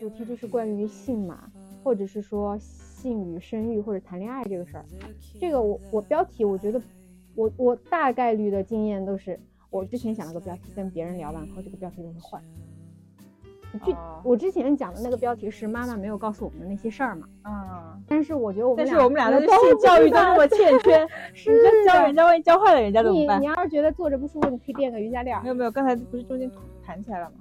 主题就是关于性嘛，或者是说性与生育或者谈恋爱这个事儿。这个我标题我觉得我大概率的经验都是我之前想了个标题，跟别人聊完后这个标题就会换。我之前讲的那个标题是妈妈没有告诉我们的那些事儿嘛，但是我觉得我们俩的性教育都那么欠缺，是教人家，万一教坏了人家怎么办？ 你要是觉得坐着不舒服，你可以垫个瑜伽垫。 没有，刚才不是中间弹起来了吗？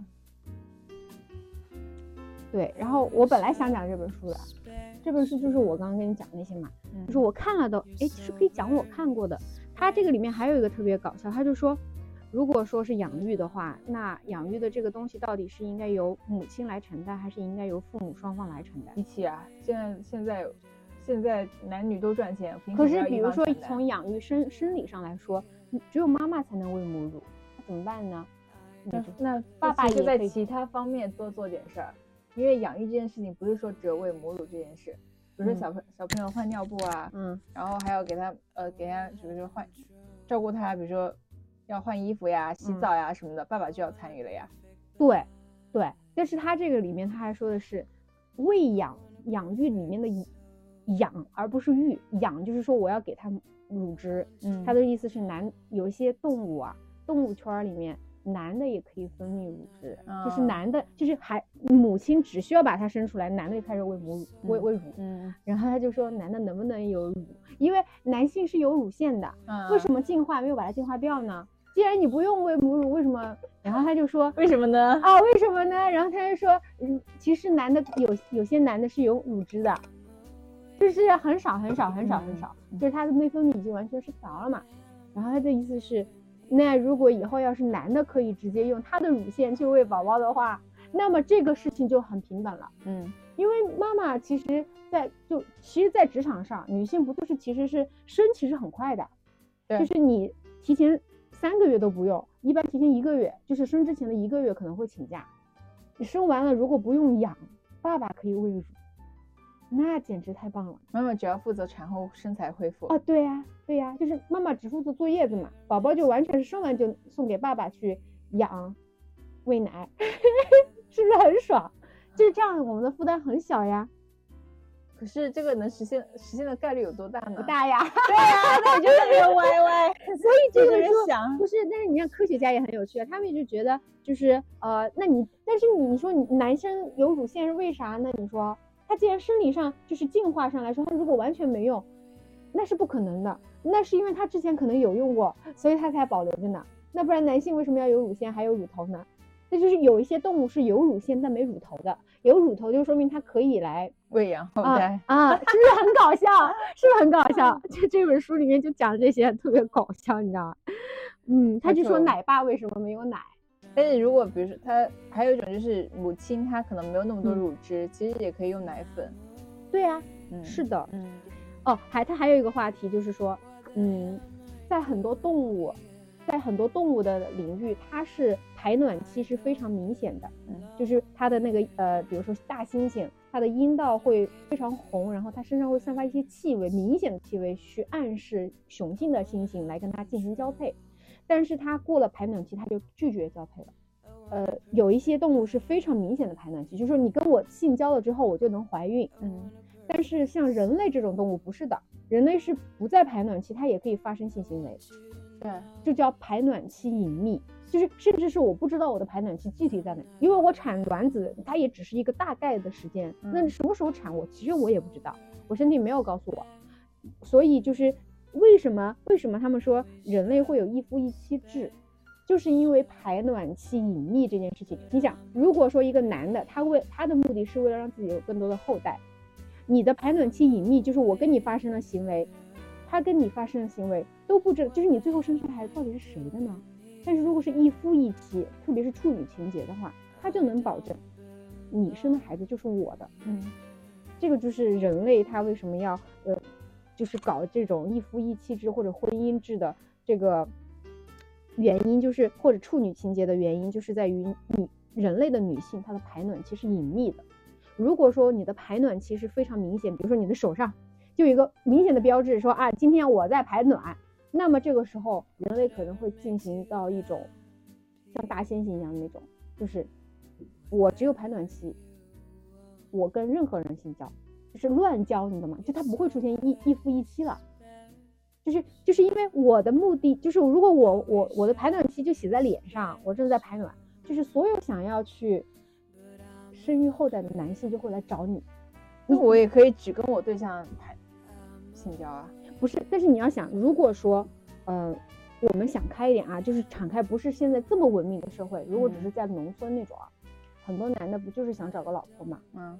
对，然后我本来想讲这本书的，这本书就是我刚刚跟你讲的那些嘛，就是我看了的，其实可以讲我看过的。它这个里面还有一个特别搞笑，他就说，如果说是养育的话，那养育的这个东西到底是应该由母亲来承担，还是应该由父母双方来承担？ 一起啊，现在男女都赚钱， 可是比如说从养育生理上来说，只有妈妈才能喂母乳，那怎么办呢？ 那爸爸也在其他方面多做点事儿，因为养育这件事情不是说只有喂母乳这件事，比如说小朋友换尿布啊，然后还要给他比如说照顾他，比如说要换衣服呀、洗澡呀什么的，爸爸就要参与了呀。 对，但是他这个里面他还说的是喂养育里面的养，而不是育。养就是说我要给他乳汁，他的意思是有一些动物啊，动物圈里面男的也可以分泌乳汁，就是男的就是母亲只需要把它生出来，男的就开始喂母乳，喂乳，然后他就说男的能不能有乳，因为男性是有乳腺的，为什么进化没有把它进化掉呢？既然你不用喂母乳，为什么？然后他就说为什么呢？ 为什么呢？然后他就说，其实男的有些男的是有乳汁的，就是很少，就是他的内分泌已经完全失调了嘛。然后他的意思是，那如果以后要是男的可以直接用他的乳腺去喂宝宝的话，那么这个事情就很平等了。因为妈妈其实在职场上，女性不都是其实是很快的，就是你提前3个月都不用，一般提前1个月，就是生之前的1个月可能会请假。你生完了如果不用养，爸爸可以喂乳，那简直太棒了。 妈妈只要负责产后身材恢复。 对呀，就是妈妈只负责坐月子嘛，宝宝就完全是生完就送给爸爸去养喂奶是不是很爽？就是这样，我们的负担很小呀。 可是这个能实现的概率有多大呢？ 不大呀。 对呀，那我就在那歪歪。 所以这个想不是，但是你看科学家也很有趣啊，他们就觉得就是但是你说男生有乳腺是为啥呢？你说他既然生理上就是进化上来说，他如果完全没用，那是不可能的，那是因为他之前可能有用过，所以他才保留着呢。那不然男性为什么要有乳腺还有乳头呢？那就是有一些动物是有乳腺但没乳头的，有乳头就说明它可以来喂养后代是不是很搞笑？是不是很搞笑？这本书里面就讲这些特别搞笑，你知道吗？他就说奶爸为什么没有奶？ 但是如果比如说他还有一种就是母亲她可能没有那么多乳汁，其实也可以用奶粉。 对啊，是的，他还有一个话题就是说，在很多动物的领域，它是排卵期是非常明显的，就是它的那个比如说大猩猩，它的阴道会非常红，然后它身上会散发一些气味，明显的气味去暗示雄性的猩猩来跟它进行交配，但是它过了排卵期，它就拒绝交配了。有一些动物是非常明显的排卵期，就是说你跟我性交了之后，我就能怀孕。但是像人类这种动物不是的，人类是不在排卵期，它也可以发生性行为。 对， 就叫排卵期隐秘，就是甚至是我不知道我的排卵期具体在哪，因为我产卵子它也只是一个大概的时间，那什么时候产其实我也不知道，我身体没有告诉我。所以就是为什么他们说人类会有一夫一妻制，就是因为排卵期隐秘这件事情。你想，如果说一个男的他的目的是为了让自己有更多的后代，你的排卵期隐秘就是我跟你发生了行为，他跟你发生的行为都不知道，就是你最后生出来的孩子到底是谁的呢？但是如果是一夫一妻，特别是处女情节的话，他就能保证你生的孩子就是我的。这个就是人类他为什么要就是搞这种一夫一妻制或者婚姻制的这个原因，就是或者处女情节的原因，就是在于人类的女性她的排卵期是隐秘的。如果说你的排卵期是非常明显，比如说你的手上就有一个明显的标志说今天我在排卵，那么这个时候人类可能会进行到一种像大猩猩一样的那种，就是我只有排卵期， 我跟任何人性交，就是乱交，你懂吗？就他不会出现一夫一妻了。就是因为我的目的就是，如果我的排卵期就写在脸上，我正在排卵，就是所有想要去生育后代的男性就会来找你。 那我也可以只跟我对象性交啊？ 不是，但是你要想，如果说我们想开一点啊，就是敞开，不是现在这么文明的社会，如果只是在农村那种啊，很多男的不就是想找个老婆嘛，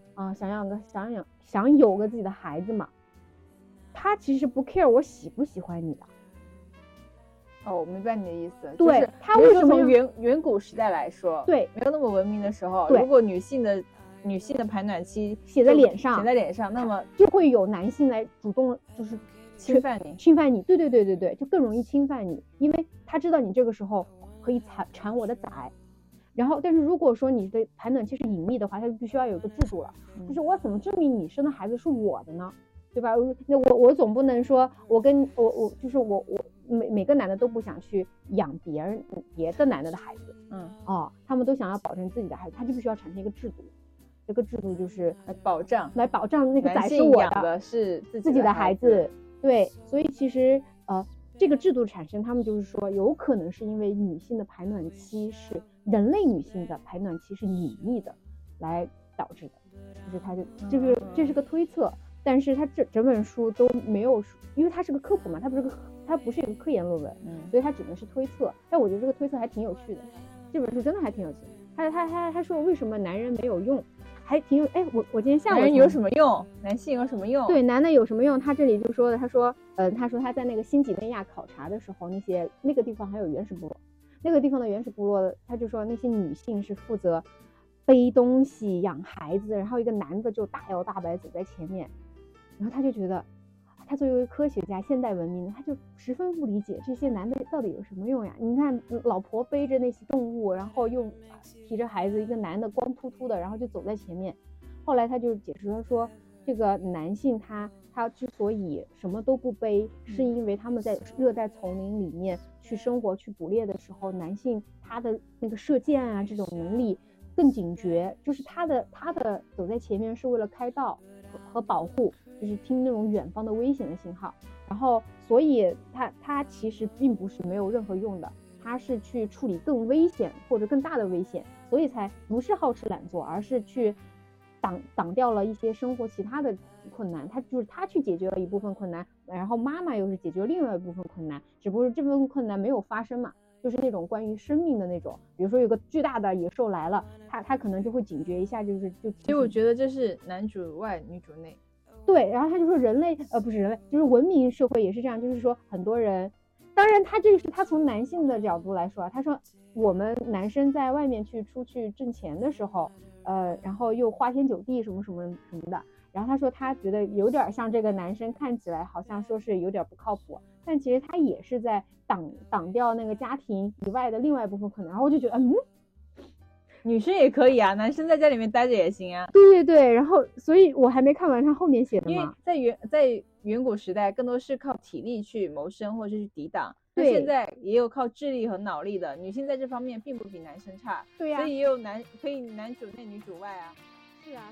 想有个自己的孩子嘛，他其实不 care 我喜不喜欢你的。 哦，我明白你的意思。 对， 就是他为什么从远古时代来说， 对， 没有那么文明的时候，如果女性的排卵期写在脸上， 那么就会有男性来主动就是侵犯你。 对，就更容易侵犯你，因为他知道你这个时候可以产我的崽。然后但是如果说你的排卵期是隐秘的话，他就必须要有一个制度了，就是我怎么证明你生的孩子是我的呢？对吧？那我总不能说我就是我每个男的都不想去养别的男的的孩子，他们都想要保证自己的孩子，他就必须要产生一个制度，这个制度就是来保障那个崽是我的，是自己的孩子。对，所以其实这个制度产生，他们就是说有可能是因为女性的排卵期是人类女性的排卵期是隐秘的来导致的，就是它就是这是个推测。但是他整本书都没有，因为它是个科普嘛，它不是一个科研论文，所以它只能是推测。但我觉得这个推测还挺有趣的，这本书真的还挺有趣的。他说为什么男人没有用，还挺有我今天下午男人有什么用，男性有什么用？ 对，男的有什么用？他这里就说的，他说他在那个新几内亚考察的时候，那个地方还有原始部落，那个地方的原始部落，他就说那些女性是负责背东西、养孩子，然后一个男的就大摇大摆走在前面。然后他就觉得，他作为一个科学家，现代文明，他就十分不理解这些男的到底有什么用呀？你看，老婆背着那些动物，然后又提着孩子，一个男的光秃秃的，然后就走在前面。后来他就解释，他说，这个男性他之所以什么都不背，是因为他们在热带丛林里面去生活、去捕猎的时候，男性他的那个射箭啊这种能力更警觉，就是他的走在前面是为了开道和保护。就是听那种远方的危险的信号，然后所以他其实并不是没有任何用的，他是去处理更危险或者更大的危险，所以才不是好吃懒做，而是去挡掉了一些生活其他的困难。他去解决了一部分困难，然后妈妈又是解决另外一部分困难，只不过这部分困难没有发生嘛，就是那种关于生命的那种，比如说有个巨大的野兽来了，他可能就会警觉一下，所以我觉得这是男主外女主内。 对，然后他就说人类不是人类，就是文明社会也是这样，就是说很多人，当然他这个是他从男性的角度来说，他说我们男生在外面出去挣钱的时候，然后又花天酒地什么什么什么的，然后他说他觉得有点像这个男生看起来好像说是有点不靠谱，但其实他也是在挡掉那个家庭以外的另外一部分可能，然后我就觉得女生也可以啊，男生在家里面待着也行啊。 对，然后所以我还没看完他后面写的嘛。 因为在远古时代，更多是靠体力去谋生或者去抵挡。对，现在也有靠智力和脑力的，女性在这方面并不比男生差。 对呀， 所以也有可以男主内女主外啊。 是啊。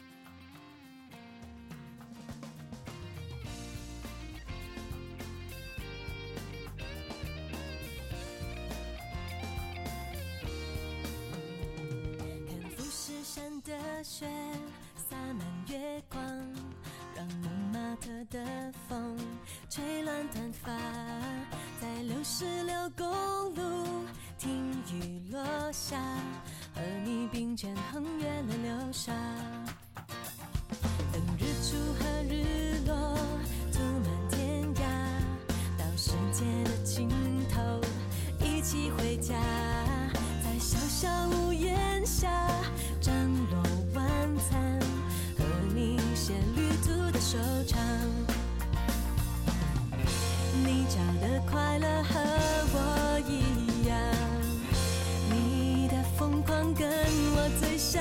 的雪洒满月光，让蒙马特的风吹乱短发，在66公路听雨落下，和你并肩横越了流沙，等日出和日落涂满天涯，到世界的尽头一起回家，在小小屋檐下张罗晚餐，和你写旅途的收场。你找的快乐和我一样，你的疯狂跟我最像，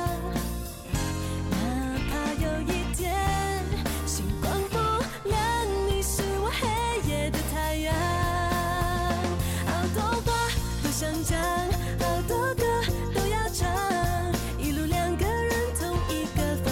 哪怕有一天星光不亮，你是我黑夜的太阳。好多话都想讲，好多歌都要唱，一路两个人同一个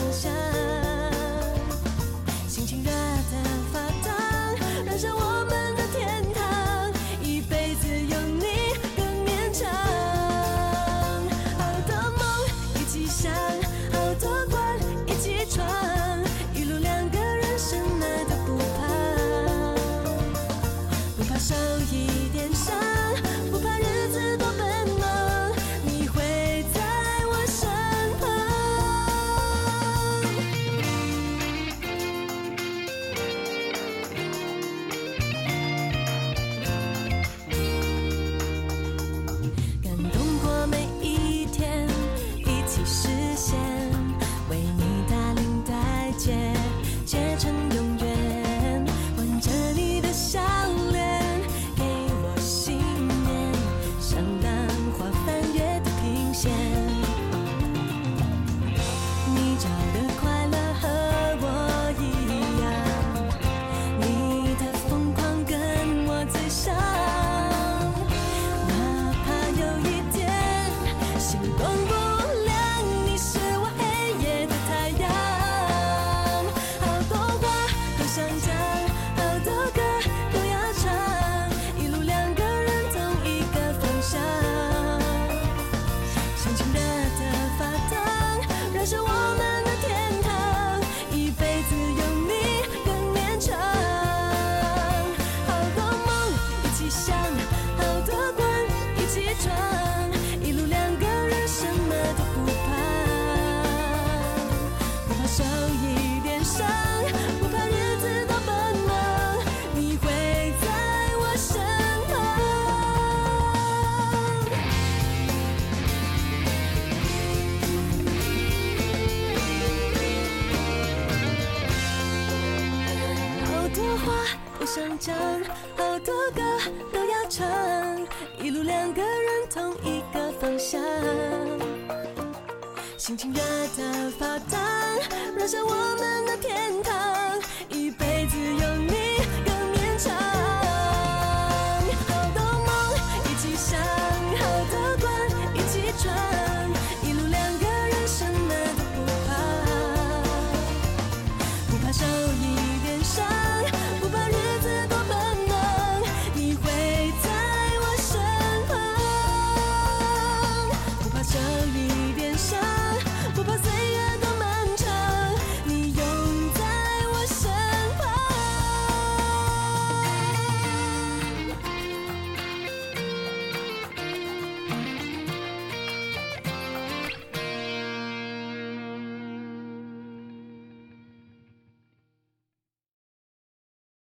话不想讲，好多歌都要唱，一路两个人同一个方向，心情热得发烫，燃烧我们的天堂。